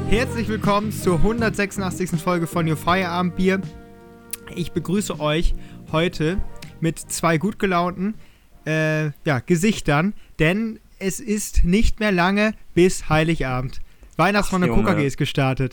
Herzlich willkommen zur 186. Folge von Your Feierabendbier. Ich begrüße euch heute mit zwei gut gelaunten Gesichtern, denn es ist nicht mehr lange bis Heiligabend. Weihnachtsmann und KKG ist gestartet.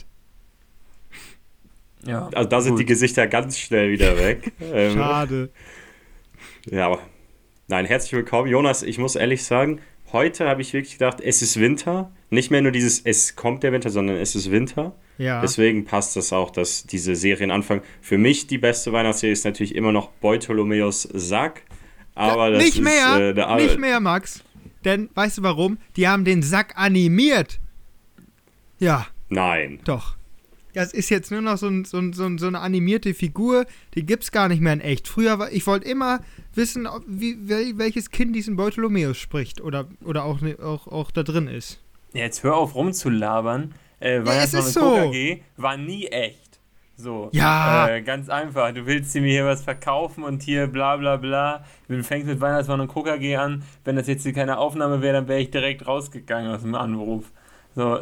Ja, also da sind die Gesichter ganz schnell wieder weg. Schade. Ja, aber nein, herzlich willkommen. Jonas, ich muss ehrlich sagen, heute habe ich wirklich gedacht, es ist Winter. Nicht mehr nur dieses, es kommt der Winter, sondern es ist Winter. Ja. Deswegen passt das auch, dass diese Serien anfangen. Für mich die beste Weihnachtsserie ist natürlich immer noch Bartholomäus Sack. Aber das nicht ist mehr, nicht mehr, Max. Denn, weißt du warum? Die haben den Sack animiert. Ja. Nein. Doch. Das ist jetzt nur noch so eine animierte Figur, die gibt's gar nicht mehr in echt. Früher ich wollte immer wissen, welches Kind diesen Bartholomäus spricht oder auch da drin ist. Ja, jetzt hör auf rumzulabern. Weihnachtsmann und KKG war nie echt. So. Ja. Ganz einfach. Du willst mir hier was verkaufen und hier bla bla bla. Du fängst mit Weihnachtsmann und KKG an. Wenn das jetzt hier keine Aufnahme wäre, dann wäre ich direkt rausgegangen aus dem Anruf. So.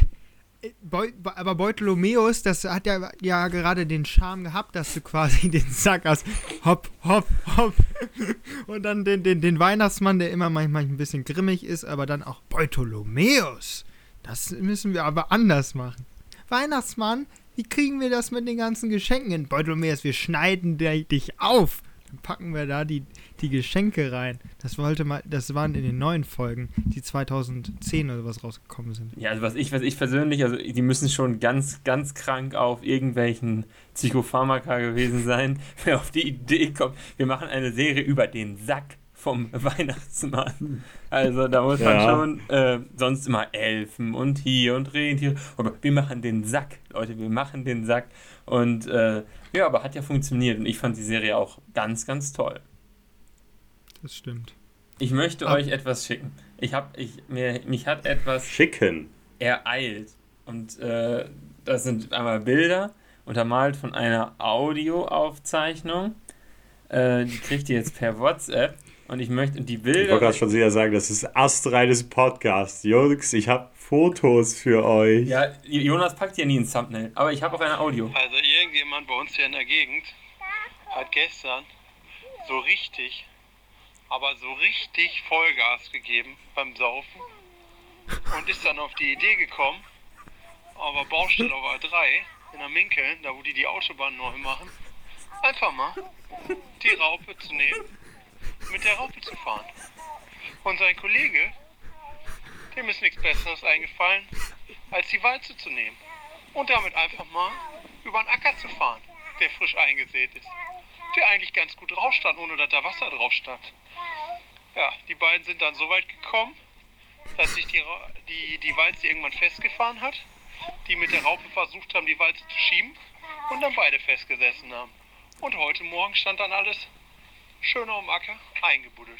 Aber Bartholomäus, das hat ja gerade den Charme gehabt, dass du quasi den Sack hast. Hopp, hopp, hopp. Und dann den Weihnachtsmann, der immer manchmal ein bisschen grimmig ist, aber dann auch Bartholomäus. Das müssen wir aber anders machen. Weihnachtsmann, wie kriegen wir das mit den ganzen Geschenken hin? Bartholomäus, wir schneiden dich auf. Dann packen wir da die Geschenke rein. Das waren in den neuen Folgen, die 2010 oder was rausgekommen sind. Ja, also was ich persönlich, also die müssen schon ganz, ganz krank auf irgendwelchen Psychopharmaka gewesen sein, wer auf die Idee kommt, wir machen eine Serie über den Sack vom Weihnachtsmann. Also da muss man schon sonst immer Elfen und hier und Rentiere. Aber wir machen den Sack, Leute, wir machen den Sack. Und aber hat ja funktioniert und ich fand die Serie auch ganz, ganz toll. Das stimmt. Ich möchte euch etwas schicken. Mich hat etwas schicken ereilt. Und das sind einmal Bilder, untermalt von einer Audioaufzeichnung. Die kriegt ihr jetzt per WhatsApp. Und die Bilder... Ich wollte gerade schon wieder sagen, das ist astreines Podcast. Jungs, ich habe Fotos für euch. Ja, Jonas packt ja nie ein Thumbnail, aber ich habe auch ein Audio. Also irgendjemand bei uns hier in der Gegend hat gestern so richtig Vollgas gegeben beim Saufen und ist dann auf die Idee gekommen, aber Baustelle auf A3 in der Minkeln, da wo die Autobahn neu machen, einfach mal die Raupe zu nehmen, mit der Raupe zu fahren. Und sein Kollege, dem ist nichts Besseres eingefallen, als die Walze zu nehmen und damit einfach mal über den Acker zu fahren, der frisch eingesät ist, der eigentlich ganz gut drauf stand, ohne dass da Wasser drauf stand. Ja, die beiden sind dann so weit gekommen, dass sich die Walze irgendwann festgefahren hat, die mit der Raupe versucht haben, die Walze zu schieben und dann beide festgesessen haben. Und heute Morgen stand dann alles schön auf dem Acker eingebuddelt.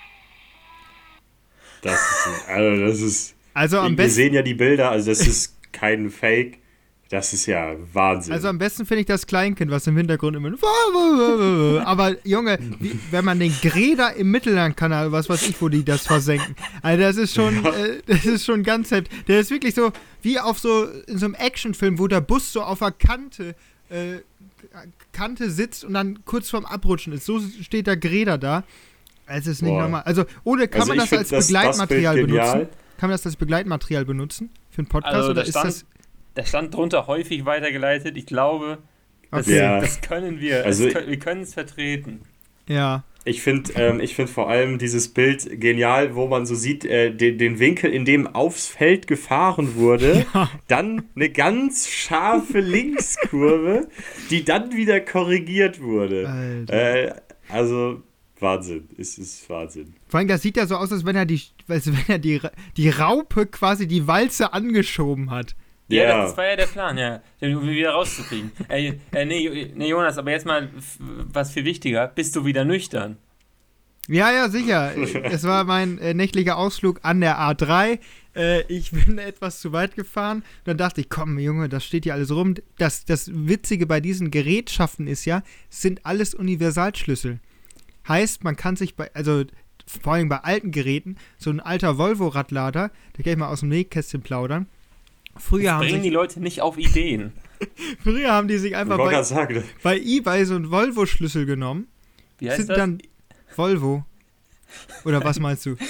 Also am besten, wir sehen ja die Bilder, also das ist kein Fake. Das ist ja Wahnsinn. Also am besten finde ich das Kleinkind, was im Hintergrund immer... Aber Junge, wenn man den Greder im Mittellandkanal, was weiß ich, wo die das versenken. Also das ist schon ganz heftig. Der ist wirklich so, wie in so einem Actionfilm, wo der Bus so auf der Kante sitzt und dann kurz vorm Abrutschen ist. So steht der Greder da. Es ist nicht normal. Also kann man das als Begleitmaterial benutzen? Kann man das als Begleitmaterial benutzen für einen Podcast? Also oder ist das... Da stand drunter häufig weitergeleitet. Ich glaube, das können wir. Also wir können es vertreten. Ja. Ich finde vor allem dieses Bild genial, wo man so sieht, den Winkel, in dem aufs Feld gefahren wurde, dann eine ganz scharfe Linkskurve, die dann wieder korrigiert wurde. Also Wahnsinn, es ist Wahnsinn. Vor allem, das sieht ja so aus, als wenn er die Raupe quasi die Walze angeschoben hat. Ja, das war ja der Plan, den wieder rauszukriegen. Nee, Jonas, aber jetzt mal was viel wichtiger. Bist du wieder nüchtern? Ja, sicher. Es war mein nächtlicher Ausflug an der A3. Ich bin etwas zu weit gefahren. Dann dachte ich, komm, Junge, das steht hier alles rum. Das Witzige bei diesen Gerätschaften ist ja, es sind alles Universalschlüssel. Heißt, man kann sich vor allem bei alten Geräten, so ein alter Volvo-Radlader, da kann ich mal aus dem Nähkästchen plaudern, Früher Bringen die Leute nicht auf Ideen. Früher haben die sich Ich einfach wollte gerade sagen, bei eBay so einen Volvo-Schlüssel genommen. Wie heißt Sind das? dann Volvo. Oder was meinst du?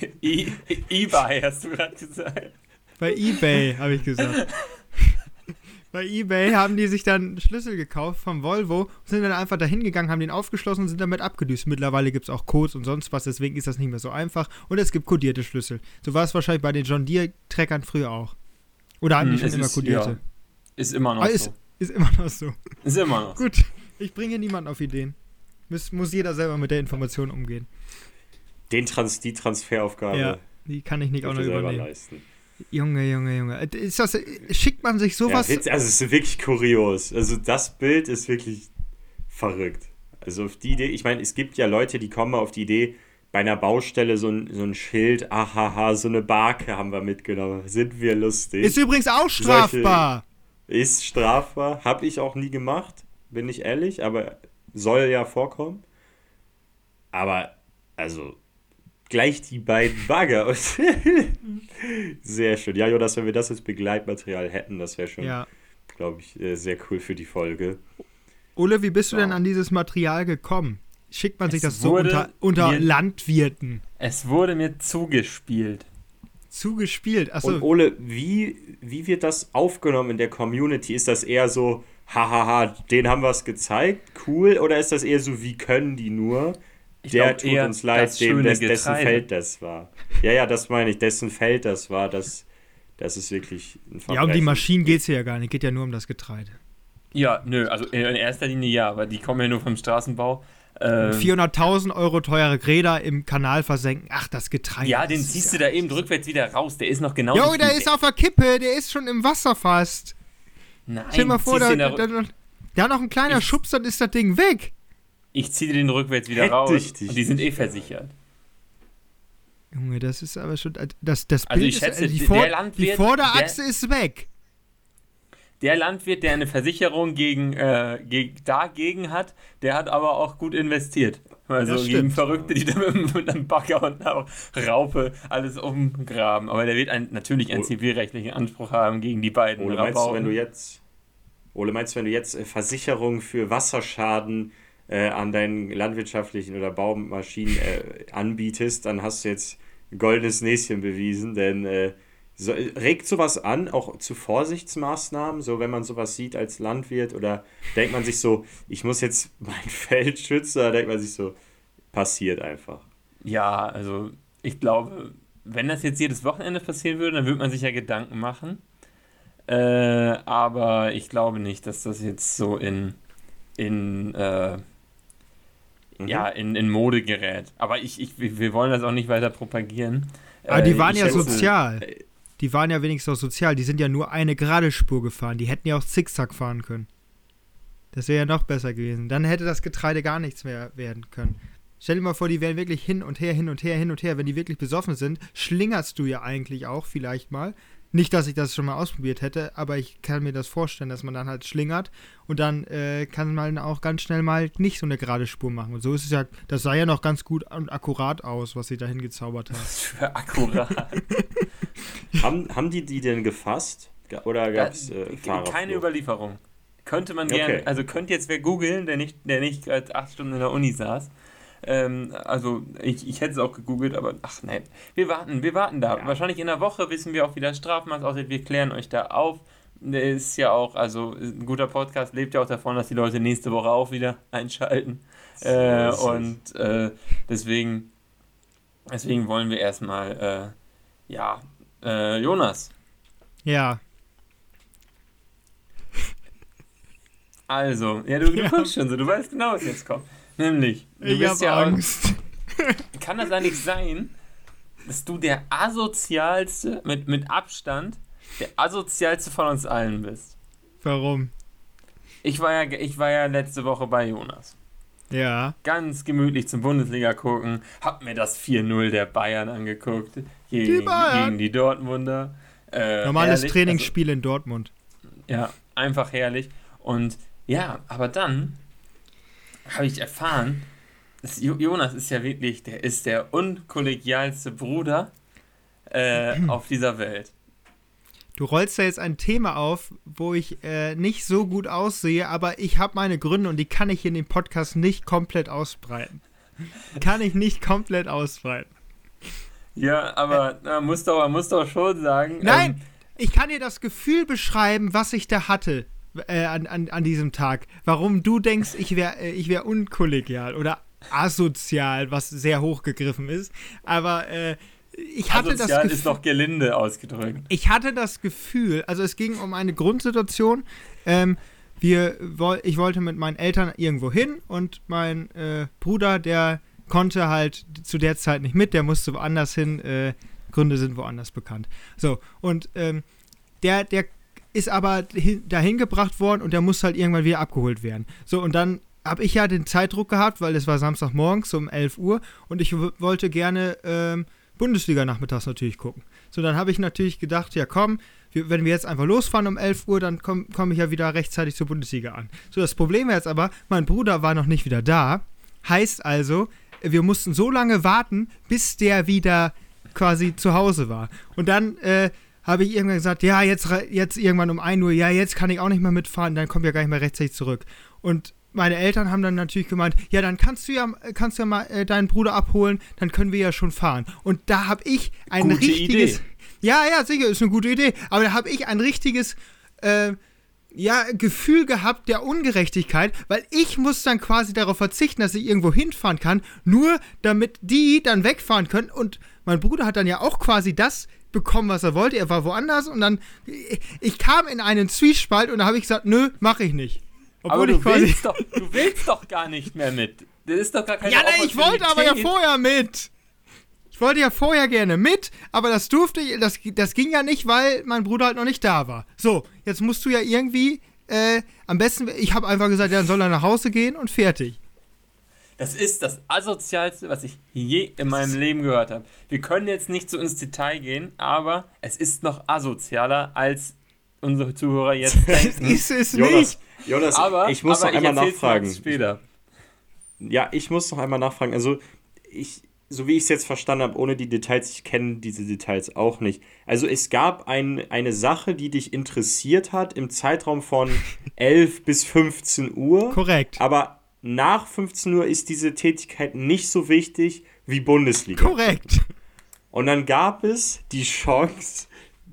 eBay hast du gerade gesagt. Bei eBay, habe ich gesagt. Bei eBay haben die sich dann einen Schlüssel gekauft vom Volvo, sind dann einfach dahin gegangen, haben den aufgeschlossen und sind damit abgedüst. Mittlerweile gibt es auch Codes und sonst was, deswegen ist das nicht mehr so einfach. Und es gibt kodierte Schlüssel. So war es wahrscheinlich bei den John Deere-Treckern früher auch. Oder hatten die schon immer kodierte? Ja, ist immer noch so. Ist immer noch so. Ist immer noch so. Gut, ich bringe niemanden auf Ideen. Muss jeder selber mit der Information umgehen. die Transferaufgabe Ja, die kann ich nicht auch noch selber übernehmen. leisten. Junge. Schickt man sich sowas? Ja, also es ist wirklich kurios. Also das Bild ist wirklich verrückt. Also auf die Idee, ich meine, es gibt ja Leute, die kommen auf die Idee, bei einer Baustelle so ein Schild, ahaha, so eine Barke haben wir mitgenommen. Sind wir lustig. Ist übrigens auch strafbar. Ist strafbar. Habe ich auch nie gemacht, bin ich ehrlich, aber soll ja vorkommen. Aber, also, gleich die beiden Bagger. Sehr schön. Ja, Jonas, wenn wir das als Begleitmaterial hätten, das wäre schon, glaube ich, sehr cool für die Folge. Ole, wie bist du denn an dieses Material gekommen? Schickt man sich das so unter Landwirten? Es wurde mir zugespielt. Zugespielt? Achso. Und Ole, wie wird das aufgenommen in der Community? Ist das eher so, hahaha, denen haben wir es gezeigt, cool? Oder ist das eher so, wie können die nur? Der tut uns leid, dessen Feld das war. Ja, das meine ich, dessen Feld das war, das ist wirklich ein Verbrechen. Ja, um die Maschinen geht es ja gar nicht, geht ja nur um das Getreide. Ja, nö, also in erster Linie ja, aber die kommen ja nur vom Straßenbau. 400.000 Euro teure Räder im Kanal versenken. Ach, das Getreide. Ja, den ziehst du da eben rückwärts wieder raus. Der ist noch genau. Jo, der ist auf der Kippe. Der ist schon im Wasser fast. Nein, stell dir mal vor, da noch ein kleiner Schubs, dann ist das Ding weg. Ich ziehe den rückwärts wieder raus. Und die sind versichert. Junge, das ist aber schon. Das also Bild ich schätze, ist, die Vorderachse ist weg. Der Landwirt, der eine Versicherung dagegen hat, der hat aber auch gut investiert. Also gegen Verrückte, die da mit einem Bagger und einer Raupe alles umgraben. Aber der wird natürlich einen zivilrechtlichen Anspruch haben gegen die beiden. Ole, meinst du, wenn du jetzt Versicherung für Wasserschaden an deinen landwirtschaftlichen oder Baumaschinen anbietest, dann hast du jetzt ein goldenes Näschen bewiesen, denn regt sowas an, auch zu Vorsichtsmaßnahmen, so wenn man sowas sieht als Landwirt, oder denkt man sich so, ich muss jetzt mein Feld schützen, oder denkt man sich so, passiert einfach? Ja, also ich glaube, wenn das jetzt jedes Wochenende passieren würde, dann würde man sich ja Gedanken machen, aber ich glaube nicht, dass das jetzt so in Mode gerät. Aber wir wollen das auch nicht weiter propagieren. Aber die waren ja sozial. Die waren ja wenigstens auch sozial. Die sind ja nur eine gerade Spur gefahren. Die hätten ja auch Zickzack fahren können. Das wäre ja noch besser gewesen. Dann hätte das Getreide gar nichts mehr werden können. Stell dir mal vor, die wären wirklich hin und her. Wenn die wirklich besoffen sind, schlingerst du ja eigentlich auch vielleicht mal. Nicht, dass ich das schon mal ausprobiert hätte, aber ich kann mir das vorstellen, dass man dann halt schlingert und dann kann man auch ganz schnell mal nicht so eine gerade Spur machen. Und so ist es ja, das sah ja noch ganz gut und akkurat aus, was sie da hingezaubert haben. Was für akkurat. Haben die denn gefasst? Oder gab es keine Überlieferung. Könnte man gerne, also könnte jetzt wer googeln, der nicht 8 Stunden in der Uni saß. Also ich hätte es auch gegoogelt, aber ach nein, wir warten da. Ja. Wahrscheinlich in einer Woche wissen wir auch, wie das Strafmaß aussieht. Wir klären euch da auf. Der ist ja auch, also ein guter Podcast lebt ja auch davon, dass die Leute nächste Woche auch wieder einschalten. Deswegen wollen wir erstmal, Jonas. Ja. Also, du guckst schon so, du weißt genau, was jetzt kommt. Nämlich, ich hab Angst. Kann das eigentlich sein, dass du der asozialste, mit Abstand, der asozialste von uns allen bist? Warum? Ich war ja letzte Woche bei Jonas. Ja. Ganz gemütlich zum Bundesliga gucken, hab mir das 4-0 der Bayern angeguckt, gegen die Dortmunder. Normales herrlich, Trainingsspiel in Dortmund. Ja, einfach herrlich. Und ja, aber dann habe ich erfahren, dass Jonas ist ja wirklich, der ist der unkollegialste Bruder auf dieser Welt. du rollst da jetzt ein Thema auf, wo ich nicht so gut aussehe, aber ich habe meine Gründe und die kann ich in dem Podcast nicht komplett ausbreiten. Ja, aber man muss doch schon sagen. Nein, ich kann dir das Gefühl beschreiben, was ich da hatte an diesem Tag. Warum du denkst, ich wär unkollegial oder asozial, was sehr hochgegriffen ist. Aber ich hatte das Gefühl, ist noch gelinde ausgedrückt. Ich hatte das Gefühl, also es ging um eine Grundsituation. Ich wollte mit meinen Eltern irgendwo hin und mein Bruder, der konnte halt zu der Zeit nicht mit, der musste woanders hin. Gründe sind woanders bekannt. So, und der ist aber dahin gebracht worden und der muss halt irgendwann wieder abgeholt werden. So, und dann habe ich ja den Zeitdruck gehabt, weil es war Samstagmorgens um 11 Uhr und ich wollte gerne Bundesliga nachmittags natürlich gucken. So, dann habe ich natürlich gedacht, ja komm, wenn wir jetzt einfach losfahren um 11 Uhr, dann komme ich ja wieder rechtzeitig zur Bundesliga an. So, das Problem war jetzt aber, mein Bruder war noch nicht wieder da. Heißt also, wir mussten so lange warten, bis der wieder quasi zu Hause war. Und dann habe ich irgendwann gesagt, ja, jetzt irgendwann um 1 Uhr, ja, jetzt kann ich auch nicht mehr mitfahren, dann kommen wir gar nicht mehr rechtzeitig zurück. Und meine Eltern haben dann natürlich gemeint, ja, dann kannst du ja mal deinen Bruder abholen, dann können wir ja schon fahren. Und da habe ich ein gute richtiges... Idee. Ja, sicher, ist eine gute Idee. Aber da habe ich ein richtiges Gefühl gehabt der Ungerechtigkeit, weil ich muss dann quasi darauf verzichten, dass ich irgendwo hinfahren kann, nur damit die dann wegfahren können. Und mein Bruder hat dann ja auch quasi das bekommen, was er wollte. Er war woanders und dann, ich kam in einen Zwiespalt und da habe ich gesagt, nö, mache ich nicht. Obwohl aber ich quasi... du willst doch gar nicht mehr mit. Das ist doch gar keine Ja, nein, ich wollte aber ja vorher mit. Ich wollte ja vorher gerne mit, aber das durfte ich, das ging ja nicht, weil mein Bruder halt noch nicht da war. So, jetzt musst du ja irgendwie, am besten, ich habe einfach gesagt, ja, dann soll er nach Hause gehen und fertig. Das ist das Asozialste, was ich je in meinem Leben gehört habe. Wir können jetzt nicht so ins Detail gehen, aber es ist noch asozialer, als unsere Zuhörer jetzt denken. Ist es nicht. Jonas, Aber ich muss noch einmal nachfragen. Später. Ja, ich muss noch einmal nachfragen. Also, so wie ich es jetzt verstanden habe, ohne die Details, ich kenne diese Details auch nicht. Also es gab eine Sache, die dich interessiert hat im Zeitraum von 11 bis 15 Uhr. Korrekt. Aber nach 15 Uhr ist diese Tätigkeit nicht so wichtig wie Bundesliga. Korrekt. Und dann gab es die Chance,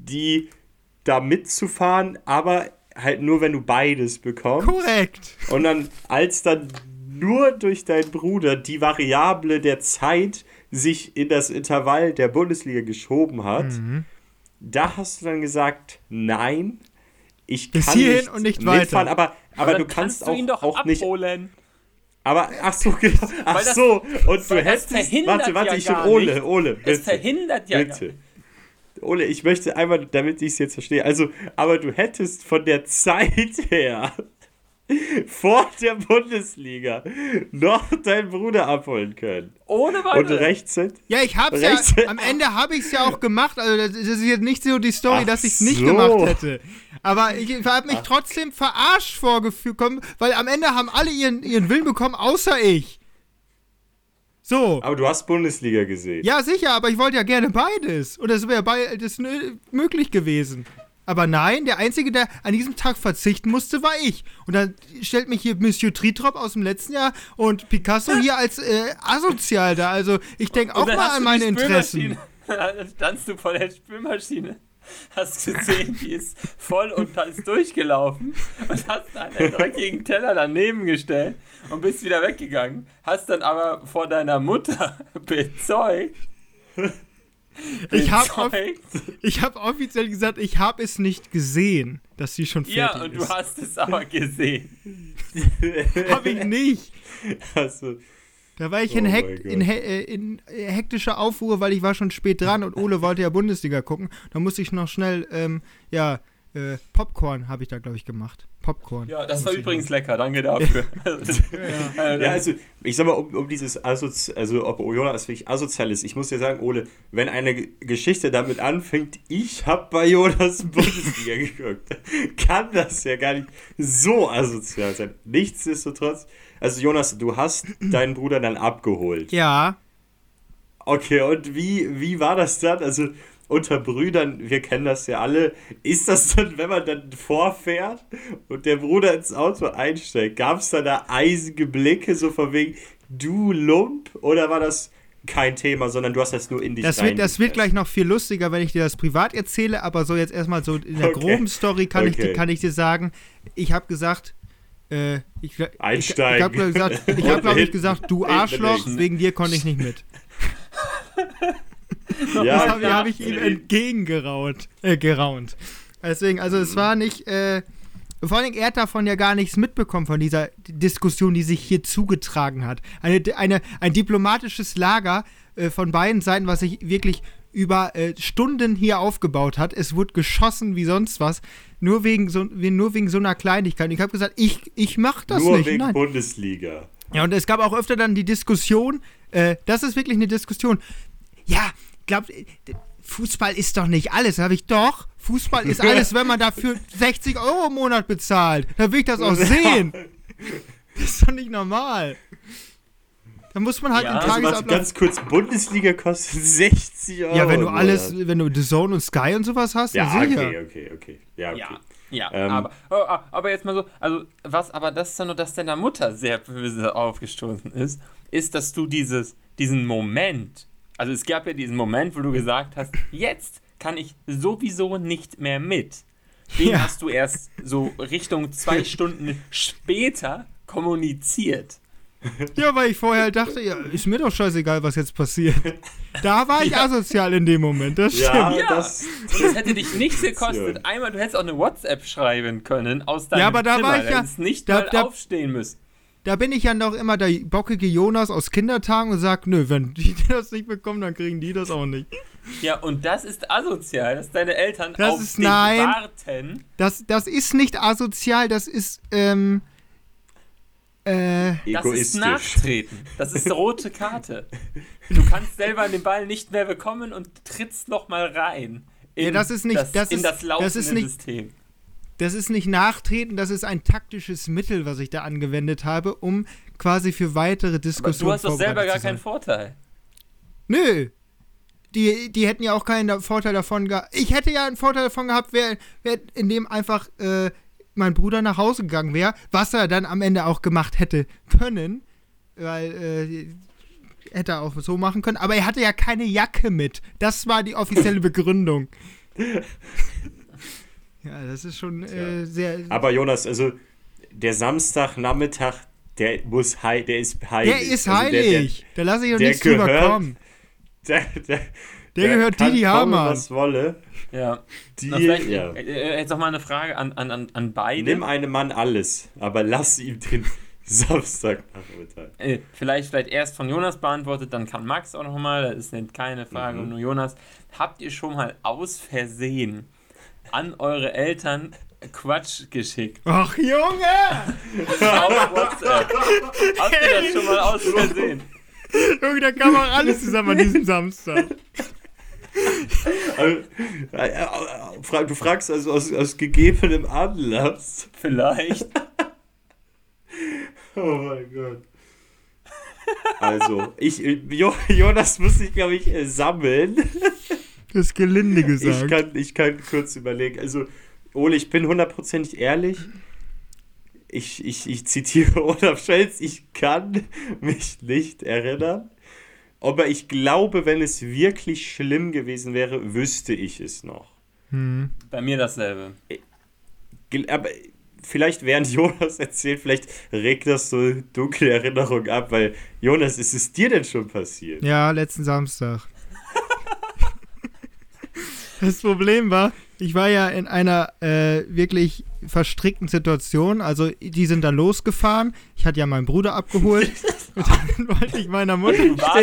da mitzufahren, aber halt nur, wenn du beides bekommst. Korrekt. Und dann, als dann nur durch deinen Bruder die Variable der Zeit sich in das Intervall der Bundesliga geschoben hat, da hast du dann gesagt, nein, ich bis kann hierhin nicht und nicht mitfahren, weiter. aber du kannst ihn doch auch nicht. abholen. Aber, ach so, genau. Ach Weil das- so, und du weil das hättest, verhindert warte, ja ich gar will, nicht. Ole, bitte. Es verhindert ja gar Bitte. nicht. Ole, ich möchte einmal, damit ich es jetzt verstehe, also, aber du hättest von der Zeit her vor der Bundesliga noch deinen Bruder abholen können. Ohne Und weiteres. rechtzeitig. Ja, ich hab's ja, am Ende habe ich es ja auch gemacht, also das ist jetzt nicht so die Story, Ach dass ich es nicht so. gemacht hätte. Aber ich habe mich trotzdem verarscht vorgekommen, weil am Ende haben alle ihren Willen bekommen, außer ich. So. Aber du hast Bundesliga gesehen. Ja, sicher, aber ich wollte ja gerne beides. Und das wäre beides möglich gewesen. Aber nein, der Einzige, der an diesem Tag verzichten musste, war ich. Und dann stellt mich hier Monsieur Tritrop aus dem letzten Jahr und Picasso hier als asozial da. Also ich denke auch Und dann mal hast an du meine die Interessen. Spülmaschine- Dann standst du vor der Spülmaschine, hast gesehen, die ist voll und ist durchgelaufen und hast einen dreckigen Teller daneben gestellt und bist wieder weggegangen. Hast dann aber vor deiner Mutter bezeugt, Ich habe offiziell gesagt, ich habe es nicht gesehen, dass sie schon fertig ja, und ist. du hast es aber gesehen. Habe ich nicht. Also, Da war ich Oh in mein Gott. in hektischer Aufruhr, weil ich war schon spät dran und Ole wollte ja Bundesliga gucken. Da musste ich noch schnell, Popcorn habe ich da, glaube ich, gemacht. Popcorn. Ja, das war Musste ich übrigens lecker, danke dafür. ja, also, ich sag mal, um dieses ob Jonas wirklich asozial ist, ich muss dir sagen, Ole, wenn eine Geschichte damit anfängt, ich habe bei Jonas Bundesliga geguckt, kann das ja gar nicht so asozial sein. Nichtsdestotrotz, also Jonas, du hast deinen Bruder dann abgeholt. Ja. Okay, und wie war das dann? Also, unter Brüdern, wir kennen das ja alle, ist das dann, wenn man dann vorfährt und der Bruder ins Auto einsteigt, gab es da eisige Blicke, so von wegen, du Lump, oder war das kein Thema, sondern du hast das nur in dich Das wird gleich noch viel lustiger, wenn ich dir das privat erzähle, aber so jetzt erstmal so in der groben Story kann ich dir sagen, ich habe gesagt, einsteigen. Ich habe glaube ich gesagt, du Arschloch, wegen dir konnte ich nicht mit. Ja, das habe ich ihm entgegengeraunt. Deswegen, also es war nicht, vor allen Dingen, er hat davon ja gar nichts mitbekommen, von dieser Diskussion, die sich hier zugetragen hat. Ein diplomatisches Lager von beiden Seiten, was sich wirklich über Stunden hier aufgebaut hat. Es wurde geschossen wie sonst was, nur wegen so einer Kleinigkeit. Und ich habe gesagt, ich mach das nur nicht. Nur wegen Nein. Bundesliga. Ja, und es gab auch öfter dann die Diskussion, das ist wirklich eine Diskussion, ja, glaubt, Fußball ist doch nicht alles. Da habe ich doch, Fußball ist alles, wenn man dafür 60 € im Monat bezahlt. Da will ich das auch sehen. Das ist doch nicht normal. Da muss man halt Ja, im Tagesablauf... also ganz kurz, Bundesliga kostet 60 €. Ja, wenn du The Zone und Sky und sowas hast, ja, dann sicher. Okay. Ja, okay. Ja, aber jetzt mal so, also was aber das dann nur, dass deiner Mutter sehr böse aufgestoßen ist, dass du diesen Moment, also es gab ja diesen Moment, wo du gesagt hast, jetzt kann ich sowieso nicht mehr mit. Den hast du erst so Richtung 2 Stunden später kommuniziert. Ja, weil ich vorher halt dachte, ja, ist mir doch scheißegal, was jetzt passiert. Da war ich asozial in dem Moment, das stimmt. Ja, und das hätte dich nichts gekostet. Einmal, du hättest auch eine WhatsApp schreiben können aus deinem aber da Zimmer. war ich ja, hättest nicht mal aufstehen müssen. Da bin ich ja noch immer der bockige Jonas aus Kindertagen und sag, nö, wenn die das nicht bekommen, dann kriegen die das auch nicht. Ja, und das ist asozial, dass deine Eltern auf dich warten. Das ist nicht asozial, das ist, Das ist Nachtreten. Das ist rote Karte. Du kannst selber den Ball nicht mehr bekommen und trittst nochmal rein in das laufende System. Das ist nicht Nachtreten, das ist ein taktisches Mittel, was ich da angewendet habe, um quasi für weitere Diskussionen Aber du hast doch selber gar keinen Vorteil. Nö. Die hätten ja auch keinen Vorteil davon gehabt. Ich hätte ja einen Vorteil davon gehabt, wer in dem einfach mein Bruder nach Hause gegangen wäre, was er dann am Ende auch gemacht hätte können, weil hätte er auch so machen können, aber er hatte ja keine Jacke mit. Das war die offizielle Begründung. Ja, das ist schon sehr... Aber Jonas, also der Samstagnachmittag, der ist heilig. Der ist heilig. Da lasse ich doch nichts drüber kommen. Der gehört Didi Hamann. Was wolle. Ja. Jetzt noch mal eine Frage an beide. Nimm einem Mann alles, aber lass ihm den Samstagnachmittag. Vielleicht erst von Jonas beantwortet, dann kann Max auch noch mal. Das ist nicht keine Frage, nur Jonas. Habt ihr schon mal aus Versehen an eure Eltern Quatsch geschickt? Ach, Junge! Auf WhatsApp. Habt ihr das schon mal aus Versehen? Junge, da kam auch alles zusammen an diesem Samstag. Du fragst also aus gegebenem Anlass. Vielleicht. Oh mein Gott. Also, Jonas muss sich, glaube ich, sammeln. Das ist gelinde gesagt. Ich kann kurz überlegen. Also, Ole, ich bin 100% ehrlich. Ich zitiere Olaf Scholz, ich kann mich nicht erinnern. Aber ich glaube, wenn es wirklich schlimm gewesen wäre, wüsste ich es noch. Bei mir dasselbe. Aber vielleicht während Jonas erzählt, vielleicht regt das so dunkle Erinnerungen ab, weil Jonas, ist es dir denn schon passiert? Ja, letzten Samstag. Das Problem war, ich war ja in einer wirklich verstrickten Situation. Also, die sind dann losgefahren. Ich hatte ja meinen Bruder abgeholt. Und dann wollte ich meiner Mutter...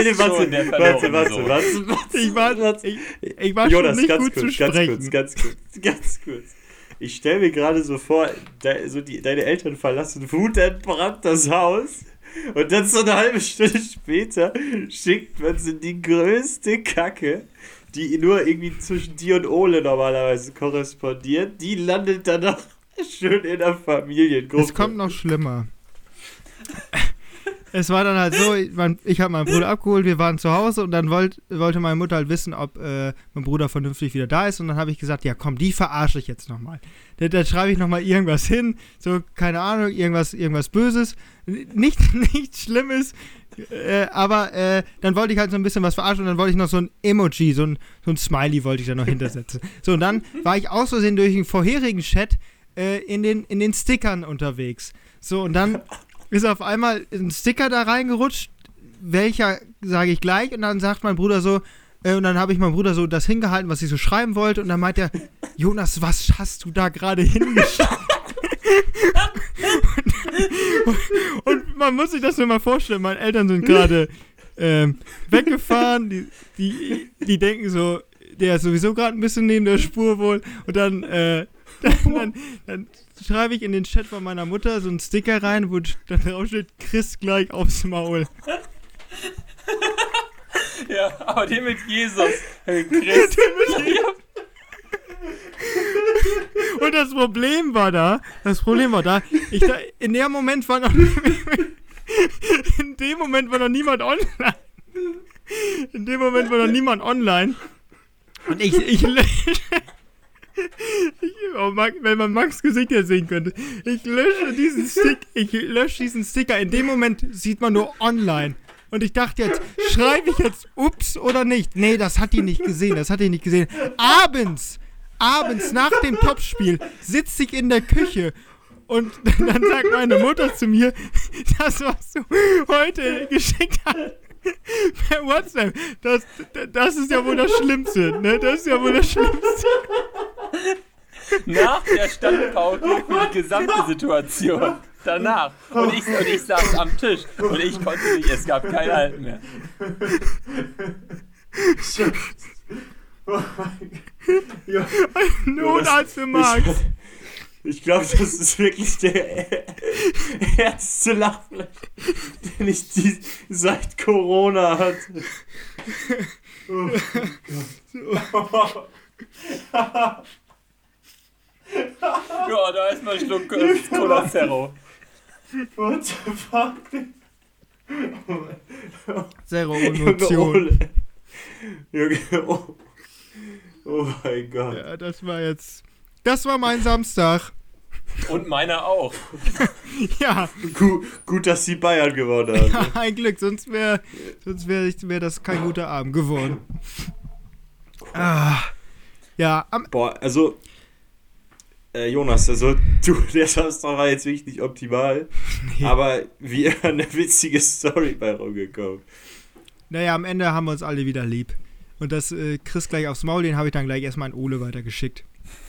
Warte. Ich war Jonas, schon nicht gut zu sprechen. Ganz kurz. Ich stelle mir gerade so vor, deine Eltern verlassen wutentbrannt das Haus. Und dann so eine halbe Stunde später schickt man sie die größte Kacke, die nur irgendwie zwischen dir und Ole normalerweise korrespondiert, die landet dann noch schön in der Familiengruppe. Es kommt noch schlimmer. es war dann halt so, ich habe meinen Bruder abgeholt, wir waren zu Hause und dann wollte meine Mutter halt wissen, ob mein Bruder vernünftig wieder da ist und dann habe ich gesagt, ja komm, die verarsche ich jetzt nochmal. Da schreibe ich nochmal irgendwas hin, so, keine Ahnung, irgendwas Böses, nichts Schlimmes, aber dann wollte ich halt so ein bisschen was verarschen und dann wollte ich noch so ein Emoji, so ein Smiley wollte ich da noch hintersetzen. So, und dann war ich aus Versehen durch den vorherigen Chat in den Stickern unterwegs. So, und dann ist auf einmal ein Sticker da reingerutscht, welcher sage ich gleich, und dann sagt mein Bruder so, und dann habe ich meinem Bruder so das hingehalten, was ich so schreiben wollte, und dann meint er, Jonas, was hast du da gerade hingeschrieben? und man muss sich das nur mal vorstellen, meine Eltern sind gerade weggefahren, die denken so, der ist sowieso gerade ein bisschen neben der Spur wohl, und dann schreibe ich in den Chat von meiner Mutter so einen Sticker rein, wo dann drauf steht, Chris gleich aufs Maul. Ja, aber den mit Jesus. Chris. Und das Problem war da, in dem Moment war noch niemand online. Und ich lösche. Wenn man Max' Gesicht jetzt sehen könnte. Ich lösche diesen Sticker. In dem Moment sieht man nur online. Und ich dachte jetzt, schreibe ich jetzt ups oder nicht? Nee, das hat die nicht gesehen. Abends nach dem Topspiel sitze ich in der Küche und dann sagt meine Mutter zu mir, das, was du heute geschickt hast per WhatsApp, das ist ja wohl das Schlimmste, ne? Das ist ja wohl das Schlimmste. Nach der Standpauke für die gesamte Situation. Danach. Und ich saß am Tisch und ich konnte nicht, es gab kein Halten mehr. Oh mein Gott. Ein Notarzt für Max. Ich glaube, das ist wirklich der erste Lachfleisch, den ich seit Corona hatte. Oh Gott. Ja, da ist mal ein Schluck Cola Zero. What the fuck? Zero Emotion. Junge, oh mein Gott. Ja, das war mein Samstag. Und meiner auch. Ja. Gut, dass die Bayern gewonnen haben. Ja, ein Glück, sonst wär das kein guter Abend geworden. Ja. Boah, also Jonas, also der Samstag war jetzt wirklich nicht optimal, nee. Aber wie immer eine witzige Story bei rumgekommen. Naja, am Ende haben wir uns alle wieder lieb. Und das Chris gleich aufs Maul, den habe ich dann gleich erstmal an Ole weitergeschickt.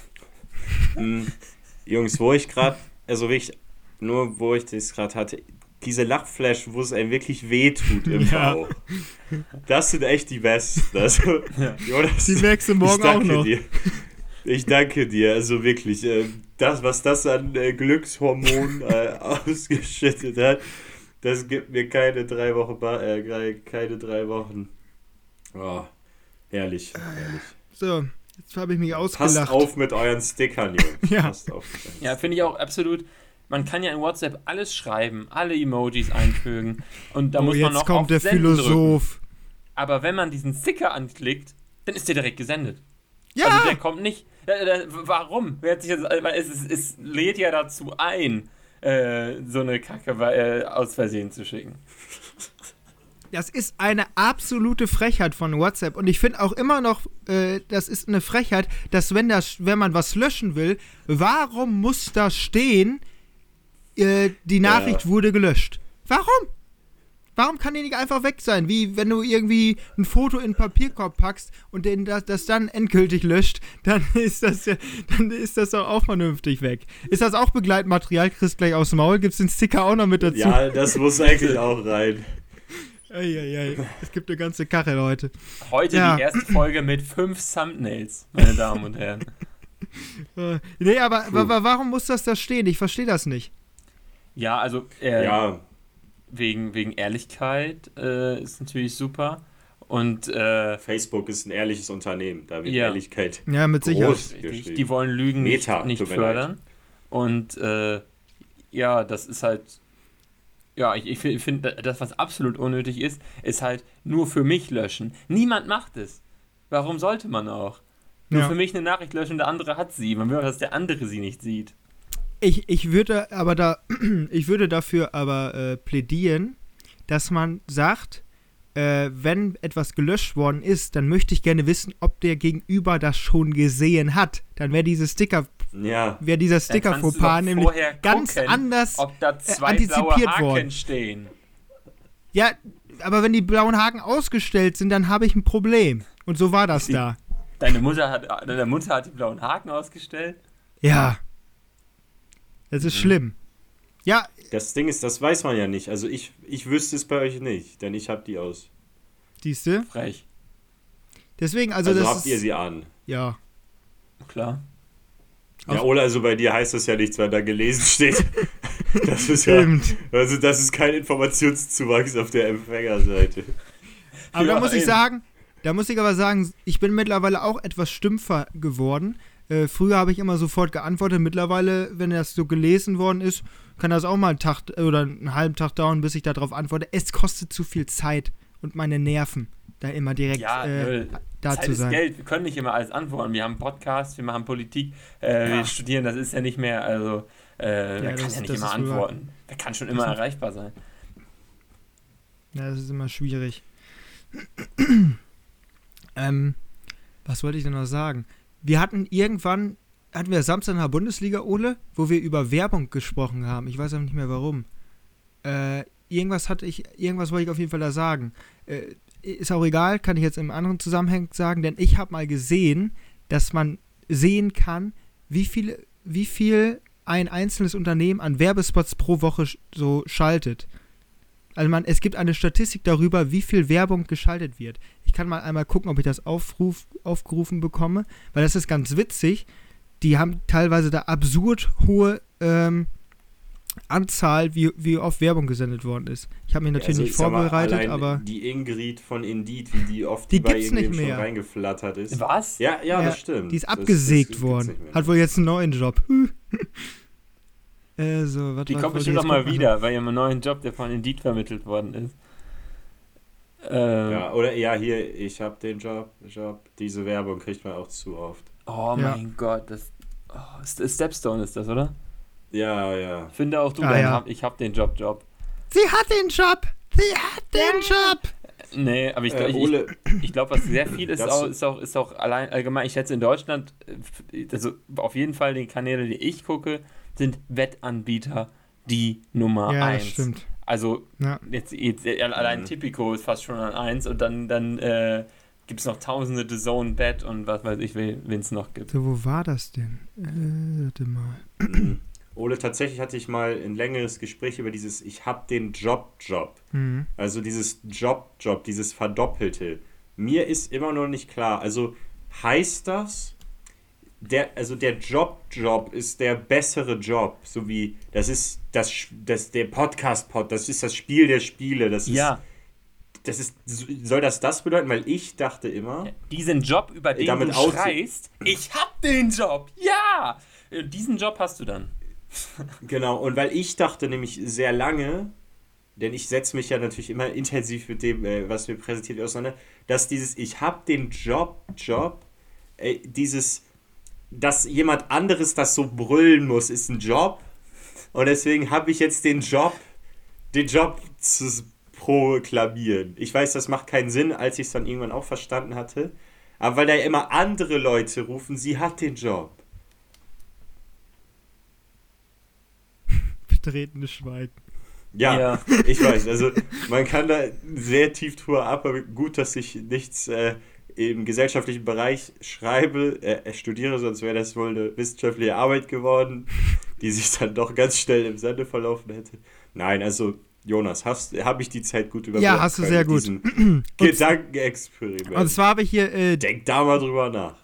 Jungs, wo ich gerade, also wirklich, nur wo ich das gerade hatte, diese Lachflash, wo es einem wirklich wehtut im Bauch. Das sind echt die besten. Also, Jonas, die merkst du morgen auch noch. Ich danke dir, also wirklich, was das an Glückshormonen ausgeschüttet hat, das gibt mir keine 3 Wochen. Oh, herrlich. So, jetzt habe ich mich ausgelacht. Passt auf mit euren Stickern, Jungs. Ja, Passt auf. Ja, finde ich auch absolut. Man kann ja in WhatsApp alles schreiben, alle Emojis einfügen und da muss man noch jetzt kommt auf der Senden Philosoph. drücken. Aber wenn man diesen Sticker anklickt, dann ist der direkt gesendet. Ja! Also der kommt nicht. Warum? Es lädt ja dazu ein, so eine Kacke aus Versehen zu schicken. Das ist eine absolute Frechheit von WhatsApp. Und ich finde auch immer noch, das ist eine Frechheit, dass wenn man was löschen will, warum muss da stehen, die Nachricht wurde gelöscht? Warum? Warum kann die nicht einfach weg sein? Wie wenn du irgendwie ein Foto in den Papierkorb packst und das dann endgültig löscht, dann ist das doch auch vernünftig weg. Ist das auch Begleitmaterial? Kriegst gleich aufs Maul? Gibt's den Sticker auch noch mit dazu? Ja, das muss eigentlich auch rein. Eieiei, es gibt eine ganze Kachel heute. Heute die erste Folge mit 5 Thumbnails, meine Damen und Herren. Nee, aber warum muss das da stehen? Ich verstehe das nicht. Ja, also wegen Ehrlichkeit ist natürlich super. Und Facebook ist ein ehrliches Unternehmen, da wird ja. Ehrlichkeit mit groß Sicherheit. Die wollen Lügen nicht fördern. Leid. Und ja, das ist halt Ja, ich finde, das, was absolut unnötig ist halt nur für mich löschen. Niemand macht es. Warum sollte man auch? Nur für mich eine Nachricht löschen, der andere hat sie. Man will, dass der andere sie nicht sieht. Ich würde dafür aber plädieren, dass man sagt, wenn etwas gelöscht worden ist, dann möchte ich gerne wissen, ob der Gegenüber das schon gesehen hat. Dann wäre dieser Sticker-Fauxpas nämlich ganz anders ob da 2 antizipiert blaue Haken worden. stehen. Ja, aber wenn die blauen Haken ausgestellt sind, dann habe ich ein Problem. Und so war das da. Deine Mutter hat die blauen Haken ausgestellt? Ja. Das ist schlimm. Ja. Das Ding ist, das weiß man ja nicht. Also ich wüsste es bei euch nicht, denn ich habe die aus. Siehste? Frech. Deswegen, also das habt ihr sie an. Ja. Klar. Ja, oder also bei dir heißt das ja nichts, weil da gelesen steht. Das ist Stimmt. also das ist kein Informationszuwachs auf der Empfängerseite. Aber Ja, da muss ich aber sagen, ich bin mittlerweile auch etwas stümpfer geworden. Früher habe ich immer sofort geantwortet. Mittlerweile, wenn das so gelesen worden ist, kann das auch mal einen Tag oder einen halben Tag dauern, bis ich darauf antworte. Es kostet zu viel Zeit und meine Nerven, da immer direkt da Zeit zu ist sein. Geld, wir können nicht immer alles antworten. Wir haben Podcasts, wir machen Politik, wir studieren, das ist ja nicht mehr, also wer kann ja nicht immer antworten. Wer kann schon immer erreichbar sein. Ja, das ist immer schwierig. Was wollte ich denn noch sagen? Wir hatten Samstag in der Bundesliga, Ole, wo wir über Werbung gesprochen haben. Ich weiß aber nicht mehr warum. Irgendwas wollte ich auf jeden Fall da sagen. Ist auch egal, kann ich jetzt im anderen Zusammenhang sagen, denn ich habe mal gesehen, dass man sehen kann, wie viel ein einzelnes Unternehmen an Werbespots pro Woche so schaltet. Also es gibt eine Statistik darüber, wie viel Werbung geschaltet wird. Ich kann mal einmal gucken, ob ich das aufgerufen bekomme, weil das ist ganz witzig. Die haben teilweise da absurd hohe Anzahl, wie oft Werbung gesendet worden ist. Ich habe mich natürlich nicht vorbereitet, aber die Ingrid von Indeed, wie die oft die bei gibt's nicht irgendwem mehr. schon reingeflattert ist. Was? Ja, das stimmt. Die ist abgesägt worden. Hat wohl jetzt einen neuen Job. Die kommt bestimmt noch mal wieder, bei ihrem neuen Job, der von Indeed vermittelt worden ist. Hier, ich habe den Job. Diese Werbung kriegt man auch zu oft. Oh mein Gott, Stepstone ist das, oder? Ja. Finde auch du, ich hab den Job. Sie hat den Job! Nee, aber ich glaube, was sehr viel ist auch allein allgemein, ich schätze in Deutschland, also auf jeden Fall die Kanäle, die ich gucke, sind Wettanbieter die Nummer 1. Ja, stimmt. Also jetzt allein Tipico ist fast schon an 1 und dann gibt es noch tausende The Zone Bet und was weiß ich, wen es noch gibt. So, wo war das denn? Warte mal. Ole, tatsächlich hatte ich mal ein längeres Gespräch über dieses Ich hab den Job. Mhm. Also dieses Job, dieses Verdoppelte. Mir ist immer noch nicht klar. Also heißt das, der Job ist der bessere Job, so wie das ist der Podcast-Pod, das ist das Spiel der Spiele, soll das bedeuten? Weil ich dachte immer, diesen Job, über den du schreist, ich hab den Job, ja! Diesen Job hast du dann. Genau, und weil ich dachte nämlich sehr lange, denn ich setze mich ja natürlich immer intensiv mit dem, was mir präsentiert wird, auseinander, dass dieses Ich hab den Job, dass jemand anderes das so brüllen muss, ist ein Job. Und deswegen habe ich jetzt den Job zu proklamieren. Ich weiß, das macht keinen Sinn, als ich es dann irgendwann auch verstanden hatte. Aber weil da ja immer andere Leute rufen, sie hat den Job. Betretenes Schweigen. Ja, ich weiß. Also man kann da sehr tief drüber ab, aber gut, dass ich nichts im gesellschaftlichen Bereich studiere, sonst wäre das wohl eine wissenschaftliche Arbeit geworden, die sich dann doch ganz schnell im Sande verlaufen hätte. Nein, also Jonas, habe ich die Zeit gut überbrückt? Ja, hast du sehr gut. Gedankenexperiment. Und zwar habe ich hier denk da mal drüber nach.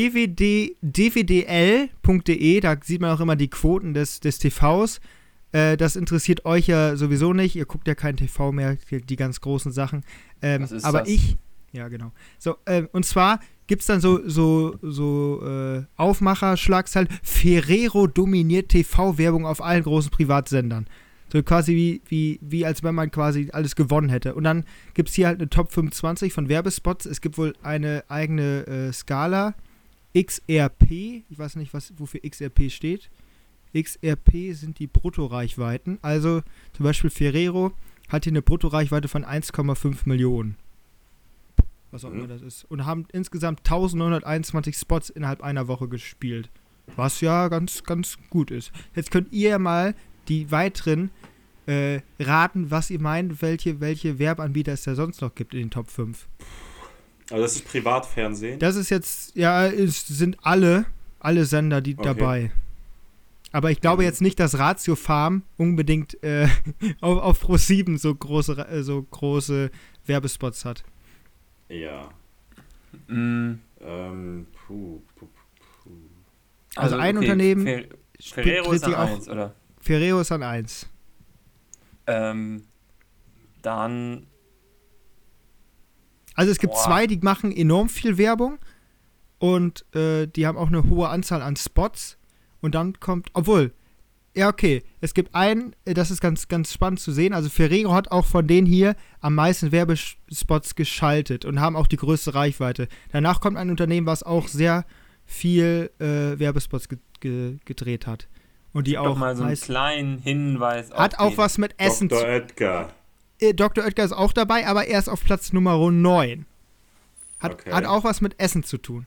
dvdl.de, da sieht man auch immer die Quoten des TVs. Das interessiert euch ja sowieso nicht. Ihr guckt ja kein TV mehr, die ganz großen Sachen. Was ist aber das? Ja, genau. So, und zwar gibt es dann so Aufmacher, Schlagzeilen. Ferrero dominiert TV-Werbung auf allen großen Privatsendern. So quasi wie als wenn man quasi alles gewonnen hätte. Und dann gibt es hier halt eine Top 25 von Werbespots. Es gibt wohl eine eigene Skala. XRP, ich weiß nicht, wofür XRP steht. XRP sind die Bruttoreichweiten. Also zum Beispiel Ferrero hat hier eine Bruttoreichweite von 1,5 Millionen. Was auch immer das ist. Und haben insgesamt 1921 Spots innerhalb einer Woche gespielt. Was ja ganz, ganz gut ist. Jetzt könnt ihr mal die weiteren raten, was ihr meint, welche Werbeanbieter es da sonst noch gibt in den Top 5. Also das ist Privatfernsehen? Das ist jetzt, ja, es sind alle Sender, die dabei. Aber ich glaube jetzt nicht, dass Ratio Farm unbedingt auf Pro7 so große Werbespots hat. Ja. Also ein Unternehmen Ferrero ist an 1, oder? Ferrero ist an 1. Dann... Also es gibt zwei, die machen enorm viel Werbung und die haben auch eine hohe Anzahl an Spots. Und dann kommt, es gibt einen, das ist ganz, ganz spannend zu sehen. Also Ferrero hat auch von denen hier am meisten Werbespots geschaltet und haben auch die größte Reichweite. Danach kommt ein Unternehmen, was auch sehr viel Werbespots gedreht hat. Und die auch doch mal so einen kleinen Hinweis hat auch was mit Essen Dr. Oetker. Dr. Oetker ist auch dabei, aber er ist auf Platz Nummer 9. Hat auch was mit Essen zu tun.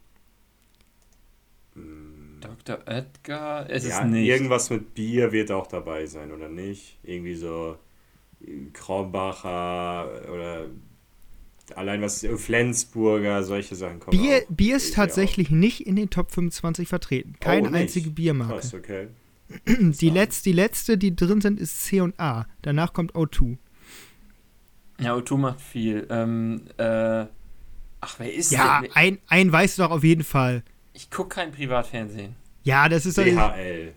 Dr. Oetker ist Ja, es nicht. irgendwas mit Bier wird auch dabei sein, oder nicht? Irgendwie so Krombacher oder allein was Flensburger, solche Sachen kommen Bier ist tatsächlich nicht in den Top 25 vertreten. Keine einzige Biermarke. Krass, okay. Die letzte, die drin sind, ist C&A. Danach kommt O2. Ja, O2 macht viel. Wer ist Ja, denn? ein weißt du doch auf jeden Fall. Ich gucke kein Privatfernsehen. Ja, das ist DHL.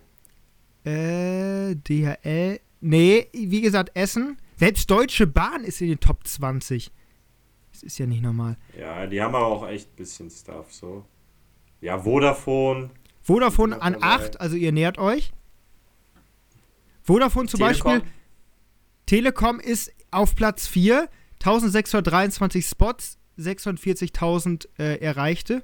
DHL. Nee, wie gesagt, Essen. Selbst Deutsche Bahn ist in den Top 20. Das ist ja nicht normal. Ja, die haben aber auch echt ein bisschen Stuff so. Ja, Vodafone an 8, also ihr nähert euch. Vodafone zum Beispiel. Telekom ist auf Platz 4. 1623 Spots, 640.000 Erreichte.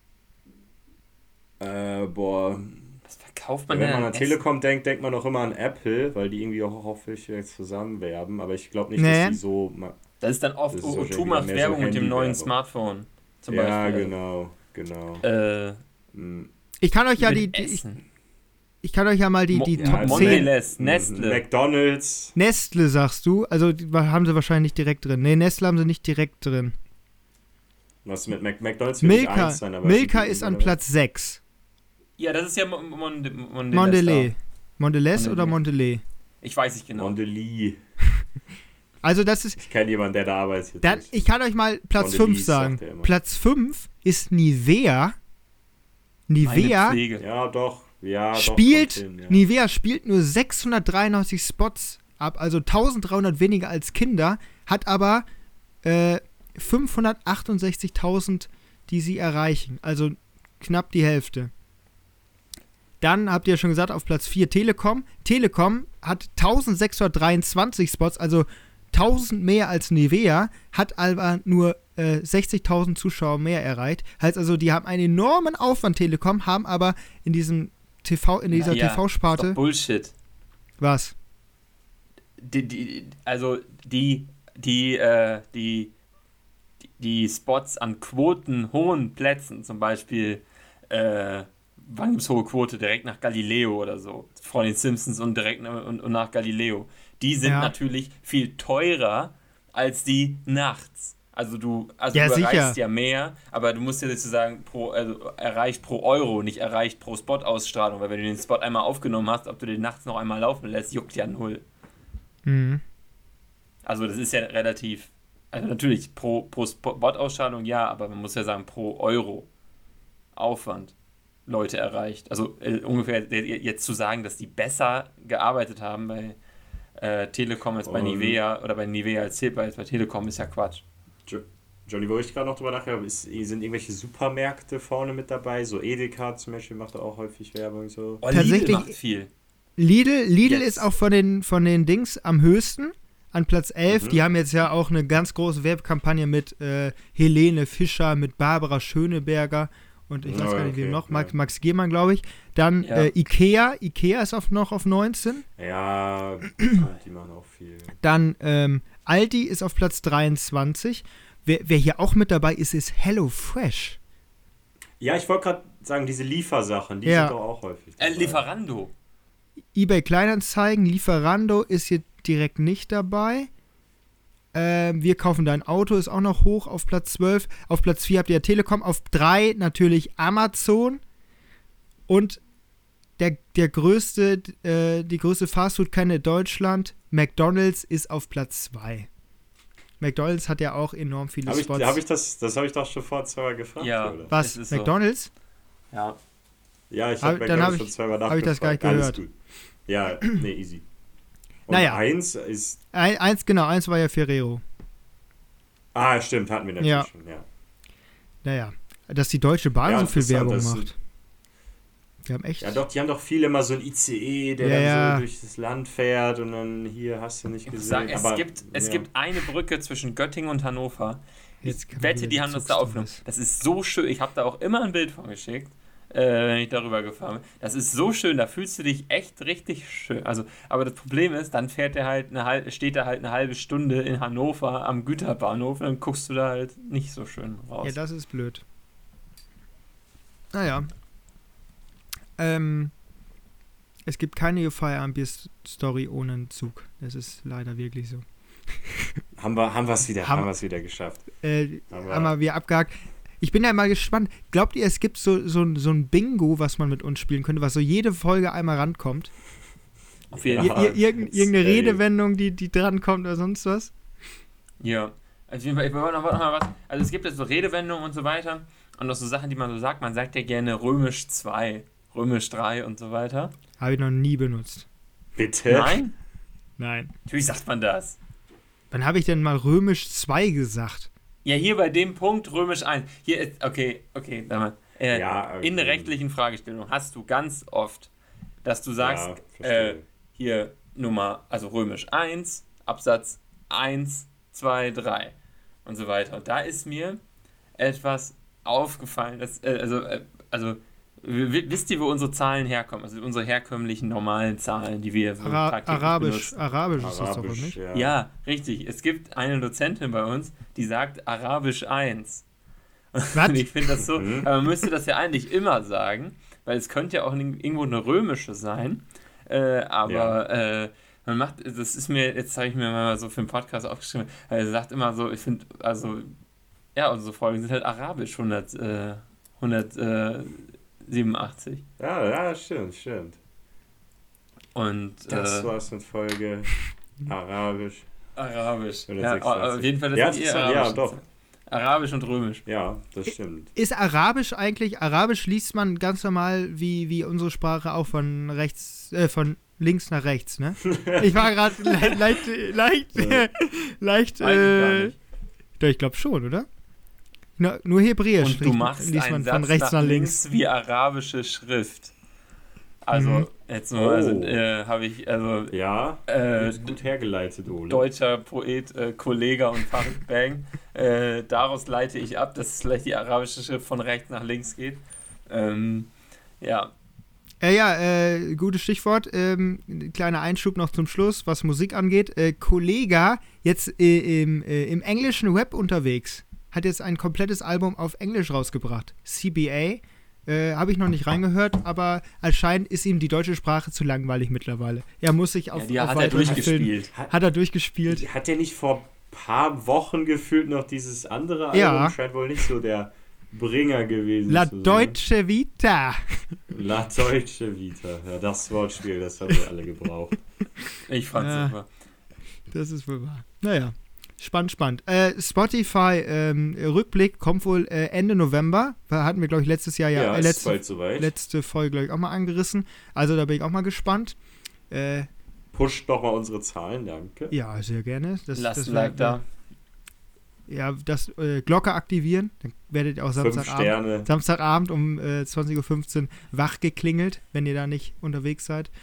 Was verkauft man Wenn denn man an an Telekom denkt man auch immer an Apple, weil die irgendwie auch auf welche zusammenwerben. Aber ich glaube nicht, dass die so... Das ist dann oft, O2 macht Werbung mit dem neuen Smartphone. Zum Beispiel. Ja, genau. Ich kann euch ja ich kann euch ja mal die Top 10... Nestle. McDonald's. Nestle sagst du? Also die haben sie wahrscheinlich nicht direkt drin. Nee, Nestle haben sie nicht direkt drin. Was mit McDonald's will nicht 1 sein, aber Milka ist an Platz 6. Ja, das ist ja Mondelez. Mondelez oder Mondelez? Ich weiß nicht genau. Mondelez. Also das ist... Ich kenne jemanden, der da arbeitet. Ich kann euch mal Platz 5 sagen. Platz 5 ist Nivea. Nivea Ja, doch. Nivea spielt nur 693 Spots ab, also 1300 weniger als Kinder, hat aber 568.000, die sie erreichen, also knapp die Hälfte. Dann habt ihr schon gesagt, auf Platz 4 Telekom. Telekom hat 1623 Spots, also 1000 mehr als Nivea, hat aber nur 60.000 Zuschauer mehr erreicht. Heißt also, die haben einen enormen Aufwand, Telekom, haben aber in dieser TV-Sparte... Ist doch Bullshit. Was? Die Spots an quotenhohen Plätzen, zum Beispiel, wann gibt es hohe Quote? Direkt nach Galileo oder so. Vor den Simpsons und direkt und nach Galileo. Die sind natürlich viel teurer als die nachts. Also du erreichst ja mehr, aber du musst ja sozusagen erreicht pro Euro, nicht erreicht pro Spot-Ausstrahlung, weil wenn du den Spot einmal aufgenommen hast, ob du den nachts noch einmal laufen lässt, juckt ja null. Mhm. Also das ist ja relativ, also natürlich pro Spot-Ausstrahlung ja, aber man muss ja sagen pro Euro Aufwand Leute erreicht. Also ungefähr jetzt zu sagen, dass die besser gearbeitet haben bei Telekom als bei Nivea oder bei Nivea als bei Telekom ist ja Quatsch. Johnny, wo ich gerade noch drüber nachdenke, sind irgendwelche Supermärkte vorne mit dabei? So Edeka zum Beispiel macht auch häufig Werbung. So. Lidl macht viel. Lidl Yes. ist auch von den Dings am höchsten, an Platz 11. Mhm. Die haben jetzt ja auch eine ganz große Werbekampagne mit Helene Fischer, mit Barbara Schöneberger und ich weiß gar nicht, wem noch, ja. Max Gehmann, glaube ich. Dann Ja. Ikea ist noch auf 19. Ja, die machen auch viel. Dann Aldi ist auf Platz 23. Wer hier auch mit dabei ist, ist HelloFresh. Ja, ich wollte gerade sagen, diese Liefersachen, die Ja. sind doch auch häufig dabei. Lieferando. eBay Kleinanzeigen, Lieferando ist hier direkt nicht dabei. Wir kaufen dein Auto, ist auch noch hoch auf Platz 12. Auf Platz 4 habt ihr Telekom. Auf 3 natürlich Amazon. Und die größte Fastfood-Kette in Deutschland, McDonald's, ist auf Platz 2. McDonald's hat ja auch enorm viele Spots. Das habe ich doch schon vor 2 Mal gefragt, Ja. oder? Was? Es ist so. McDonald's? Ja. Ja, ich Hab- habe dann hab McDonald's ich- schon 2 Mal hab ich das gar nicht nachgefragt. gehört. Alles gut. Ja, nee, easy. Und Naja. 1 ist... Eins war ja Ferrero. Ah, stimmt, hatten wir natürlich Ja. schon, ja. Naja, dass die Deutsche Bahn Ja, so viel interessant, Werbung das macht. Wir haben echt... Ja, doch, die haben doch viele immer so ein ICE, der Ja, dann ja. so durch das Land fährt und dann hier hast du nicht Ich muss gesehen. sagen, aber, es gibt eine Brücke zwischen Göttingen und Hannover. Jetzt Ich kann wette, wieder die haben das da Zugstories. aufgenommen. Das ist so schön. Ich habe da auch immer ein Bild von geschickt, wenn ich darüber gefahren bin. Das ist so schön, da fühlst du dich echt richtig schön. Also, aber das Problem ist, dann steht er halt eine halbe Stunde in Hannover am Güterbahnhof und dann guckst du da halt nicht so schön raus. Ja, das ist blöd. Naja. Es gibt keine Feierabend-Story ohne einen Zug. Das ist leider wirklich so. Haben wir es wieder, Haben- haben wir's wieder geschafft. Aber- Haben wir wieder abgehakt. Ich bin ja mal gespannt. Glaubt ihr, es gibt so ein Bingo, was man mit uns spielen könnte, was so jede Folge einmal rankommt? Auf jeden Ja. Fall. Irgendeine Safe. Redewendung, die drankommt oder sonst was? Ja. Also, auf jeden Fall, ich wollte noch mal was. Also, es gibt jetzt so Redewendungen und so weiter und auch so Sachen, die man so sagt. Man sagt ja gerne römisch 2, römisch 3 und so weiter. Habe ich noch nie benutzt. Bitte? Nein? Nein. Wie sagt man das? Wann habe ich denn mal römisch 2 gesagt? Ja, hier bei dem Punkt römisch 1. Hier ist, okay, sag mal. Ja, okay. In der rechtlichen Fragestellung hast du ganz oft, dass du sagst, Ja, verstehe. hier Nummer, also römisch 1, Absatz 1, 2, 3 und so weiter. Und da ist mir etwas aufgefallen, dass, wisst ihr, wo unsere Zahlen herkommen? Also unsere herkömmlichen normalen Zahlen, die wir so tagtäglich Arabisch benutzen. ist das doch, oder nicht? ja. Ja, richtig. Es gibt eine Dozentin bei uns, die sagt Arabisch 1. Was? Und ich finde das so, Mhm. aber man müsste das ja eigentlich immer sagen, weil es könnte ja auch irgendwo eine römische sein. Man macht, das ist mir, jetzt habe ich mir mal so für einen Podcast aufgeschrieben, er sagt immer so, ich finde, also, ja, unsere Folgen sind halt arabisch 187. Ja, stimmt. Und Das war's mit Folge Arabisch. arabisch. Ja, 186. auf jeden Fall, das Ja, sind interessant, ja, doch. Arabisch und römisch. Ja, das stimmt. Ist Arabisch eigentlich, Arabisch liest man ganz normal wie unsere Sprache auch von links nach rechts, ne? Ich war gerade leicht, Weiß ich gar nicht. doch, ich glaube schon, oder? Nur Hebräisch Und du machst liest einen man von Satz rechts nach links. wie arabische Schrift. Also, Mhm. jetzt nur, habe ich, Ja, gut hergeleitet, Ole. deutscher Poet, Kollega und Farid Bang. Daraus leite ich ab, dass es vielleicht die arabische Schrift von rechts nach links geht. Ja. Gutes Stichwort. Kleiner Einschub noch zum Schluss, was Musik angeht. Kollega, jetzt im englischen Web unterwegs, hat jetzt ein komplettes Album auf Englisch rausgebracht. CBA. Habe ich noch nicht reingehört, aber anscheinend ist ihm die deutsche Sprache zu langweilig mittlerweile. Er muss sich auf Die hat er weitere durchgespielt. Filme- Hat er durchgespielt. Hat der nicht vor ein paar Wochen gefühlt noch dieses andere Album? Ja. Scheint wohl nicht so der Bringer gewesen La zu sein. Deutsche Vita. La Deutsche Vita. Ja, das Wortspiel, das haben wir alle gebraucht. Ich fand's Ja. super. Das ist wohl wahr. Naja, spannend. Spotify Rückblick kommt wohl Ende November. Hatten wir, glaube ich, letztes Jahr ist bald soweit. letzte Folge, glaube ich, auch mal angerissen. Also da bin ich auch mal gespannt. Pusht nochmal unsere Zahlen, danke. Ja, sehr gerne. Lasst ein Like da. Ja, das Glocke aktivieren. Dann werdet ihr auch 5 Sterne. Samstagabend um 20.15 Uhr wach geklingelt, wenn ihr da nicht unterwegs seid.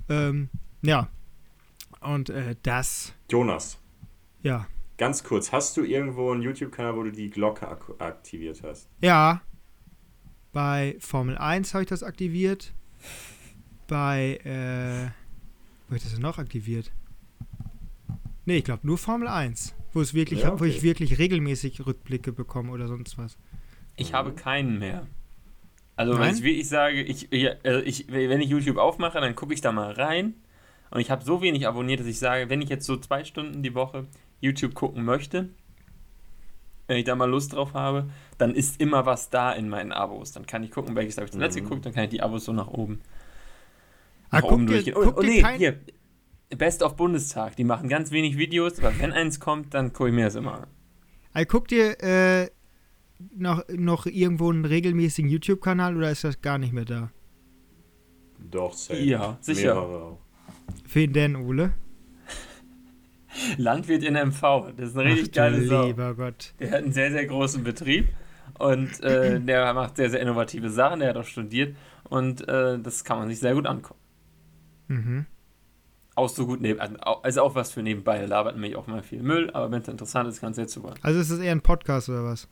Ja. Und das, Jonas, ja. ganz kurz, hast du irgendwo einen YouTube-Kanal, wo du die Glocke aktiviert hast? Ja. Bei Formel 1 habe ich das aktiviert. Bei, wo habe ich das denn noch aktiviert? Nee, ich glaube nur Formel 1. Wo es wirklich, Ja, okay. wo ich wirklich regelmäßig Rückblicke bekomme oder sonst was. Ich habe keinen mehr. Also, Nein? wenn ich wirklich sage, wenn ich YouTube aufmache, dann gucke ich da mal rein. Und ich habe so wenig abonniert, dass ich sage, wenn ich jetzt so 2 Stunden die Woche YouTube gucken möchte, wenn ich da mal Lust drauf habe, dann ist immer was da in meinen Abos. Dann kann ich gucken, welches habe ich zuletzt geguckt, dann kann ich die Abos so nach oben durchgehen. Hier, Best of Bundestag, die machen ganz wenig Videos, aber wenn eins kommt, dann gucke ich mir das immer an. Guck dir noch irgendwo einen regelmäßigen YouTube-Kanal oder ist das gar nicht mehr da? Doch, safe. Ja, sicher. Mehrere auch. Wen denn, Ole? Landwirt in MV, das ist eine richtig geile Sau. Lieber Gott. Der hat einen sehr, sehr großen Betrieb und der macht sehr, sehr innovative Sachen, der hat auch studiert und das kann man sich sehr gut angucken. Mhm. Auch so gut also auch was für nebenbei, er labert nämlich auch mal viel Müll, aber wenn es interessant ist, kannst du jetzt zuhören. Also ist das eher ein Podcast oder was?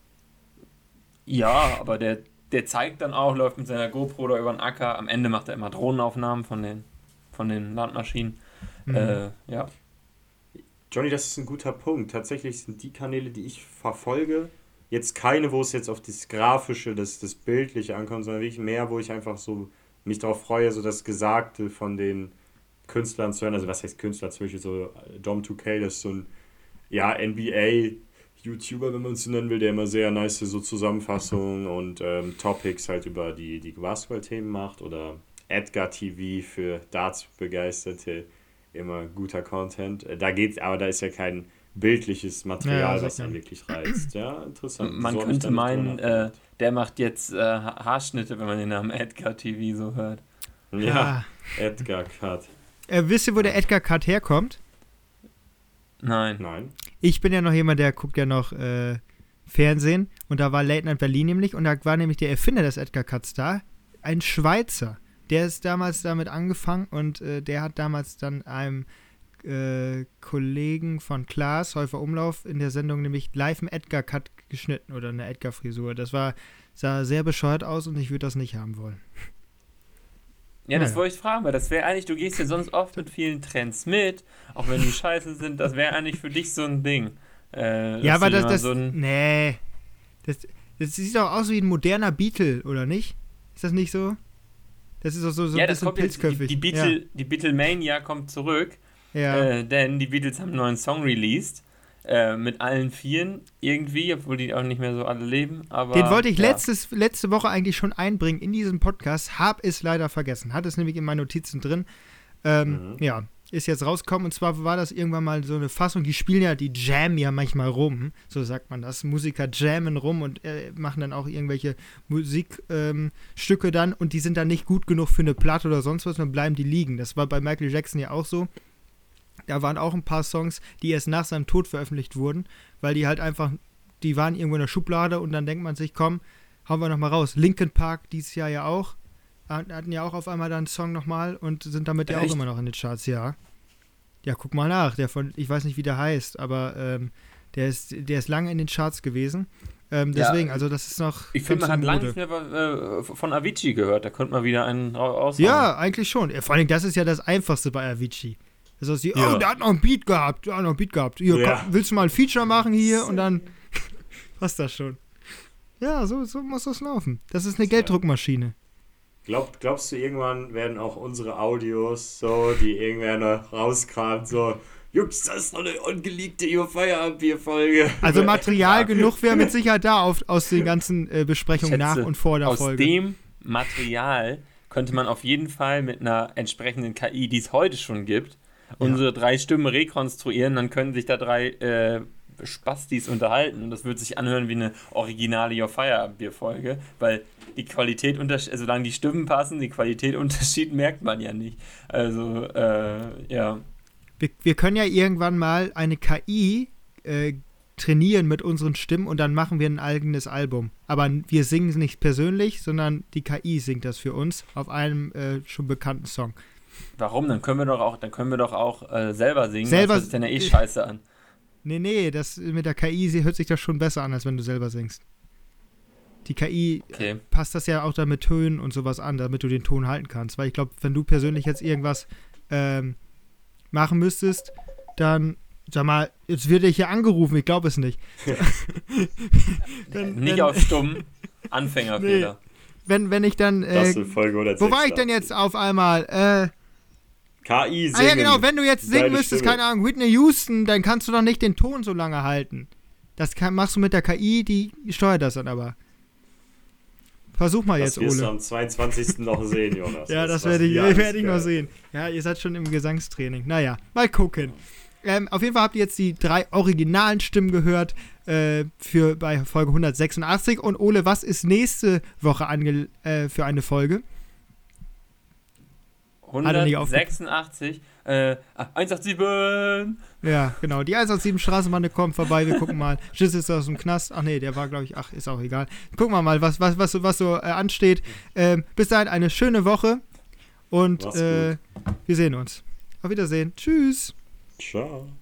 Ja, aber der zeigt dann auch, läuft mit seiner GoPro da über den Acker, am Ende macht er immer Drohnenaufnahmen von den Landmaschinen. Ja. Johnny, das ist ein guter Punkt. Tatsächlich sind die Kanäle, die ich verfolge, jetzt keine, wo es jetzt auf das Grafische, das Bildliche ankommt, sondern wirklich mehr, wo ich einfach so mich darauf freue, so das Gesagte von den Künstlern zu hören. Also was heißt Künstler? Zum Beispiel so Dom2K, das ist so ein NBA-YouTuber, wenn man es so nennen will, der immer sehr nice so Zusammenfassungen und Topics halt über die Basketball-Themen macht. Oder Edgar TV für Darts-Begeisterte. Immer guter Content. Da ist ja kein bildliches Material, Ja, was sicher. dann wirklich reizt. Ja, interessant. Man So hab ich könnte da nicht meinen, drüber nachgedacht. der macht jetzt Haarschnitte, wenn man den Namen Edgar TV so hört. Ja, Edgar Cut. Wisst ihr, wo der Edgar Cut herkommt? Nein. Nein. Ich bin ja noch jemand, der guckt ja noch Fernsehen und da war Late Night Berlin nämlich und da war nämlich der Erfinder des Edgar Cuts da, ein Schweizer. Der ist damals damit angefangen und der hat damals dann einem Kollegen von Klaas, Häufer Umlauf, in der Sendung nämlich live einen Edgar Cut geschnitten oder eine Edgar Frisur. Sah sehr bescheuert aus und ich würde das nicht haben wollen. Ja, das Naja. wollte ich fragen, weil das wäre eigentlich, du gehst ja sonst oft mit vielen Trends mit, auch wenn die scheiße sind, das wäre eigentlich für dich so ein Ding. Ja, aber das so ein, nee. Das sieht doch aus wie ein moderner Beatle, oder nicht? Ist das nicht so? Das ist doch so ja, ein das bisschen kommt jetzt, pilzköpfig. die Beatlemania kommt zurück, Ja. denn die Beatles haben einen neuen Song released, mit allen Vieren irgendwie, obwohl die auch nicht mehr so alle leben, aber... Den wollte ich ja. letzte Woche eigentlich schon einbringen in diesem Podcast, hab es leider vergessen. Hat es nämlich in meinen Notizen drin. Ja, ist jetzt rausgekommen und zwar war das irgendwann mal so eine Fassung, die spielen ja, die jammen ja manchmal rum, so sagt man das. Musiker jammen rum und machen dann auch irgendwelche Musikstücke dann und die sind dann nicht gut genug für eine Platte oder sonst was, dann bleiben die liegen. Das war bei Michael Jackson ja auch so. Da waren auch ein paar Songs, die erst nach seinem Tod veröffentlicht wurden, weil die halt einfach, die waren irgendwo in der Schublade und dann denkt man sich, komm, hauen wir nochmal raus. Linkin Park dieses Jahr ja auch, hatten ja auch auf einmal dann einen Song nochmal und sind damit ja auch Echt? immer noch in den Charts, ja. Ja, guck mal nach, ich weiß nicht, wie der heißt, aber der ist lange in den Charts gewesen. Deswegen, also das ist noch Ich finde, man hat ganz lange in nicht Mode. mehr von Avicii gehört, da könnte man wieder einen raushauen. Ja, eigentlich schon. Vor allem, das ist ja das Einfachste bei Avicii. Das heißt, Ja. oh, der hat noch einen Beat gehabt. Hier, Ja. komm, willst du mal ein Feature machen hier? Und dann passt das schon. Ja, so muss das laufen. Das ist eine Gelddruckmaschine. Glaubst du, irgendwann werden auch unsere Audios so, die irgendwer noch rauskramt, so, Jungs, das ist noch eine ungeleakte Feierabend-Bier-Folge. Also Material genug wäre mit Sicherheit da aus den ganzen Besprechungen nach Schätze, und vor der aus Folge. dem Material könnte man auf jeden Fall mit einer entsprechenden KI, die es heute schon gibt, unsere 3 Stimmen rekonstruieren, dann können sich da 3 Spastis unterhalten und das wird sich anhören wie eine originale Your Fire-Bier-Folge, weil die Qualität, solange die Stimmen passen, die Qualitätsunterschied merkt man ja nicht. Also, ja. Wir können ja irgendwann mal eine KI trainieren mit unseren Stimmen und dann machen wir ein eigenes Album. Aber wir singen es nicht persönlich, sondern die KI singt das für uns auf einem schon bekannten Song. Warum? Dann können wir doch auch selber singen. Selber- Das hört sich dann ja eh scheiße an. Nee, das mit der KI hört sich das schon besser an, als wenn du selber singst. Die KI Okay. passt das ja auch dann mit Tönen und sowas an, damit du den Ton halten kannst. Weil ich glaube, wenn du persönlich jetzt irgendwas machen müsstest, dann, sag mal, jetzt wird ich hier angerufen, ich glaube es nicht. Nicht auf stumm. Anfängerfehler. Wenn ich dann, Das in Folge 186. wo war ich denn jetzt auf einmal? KI singen. Ah ja, genau, wenn du jetzt singen Deine müsstest, Stimme. keine Ahnung, Whitney Houston, dann kannst du doch nicht den Ton so lange halten. Das machst du mit der KI, die steuert das dann aber. Versuch mal Das jetzt, wirst du Ole. am 22. noch sehen, Jonas. Ja, das was werde ich, wir alles werd ich noch gehört. sehen. Ja, ihr seid schon im Gesangstraining. Naja, mal gucken. Auf jeden Fall habt ihr jetzt die 3 originalen Stimmen gehört bei Folge 186. Und Ole, was ist nächste Woche für eine Folge? Hat er nicht 186. 187. Ja, genau. Die 187 Straßenbahn kommt vorbei. Wir gucken mal. Schiss ist aus dem Knast. Ach nee, der war, glaube ich, ist auch egal. Gucken wir mal, was so ansteht. Bis dahin eine schöne Woche. Und Mach's gut. wir sehen uns. Auf Wiedersehen. Tschüss. Ciao.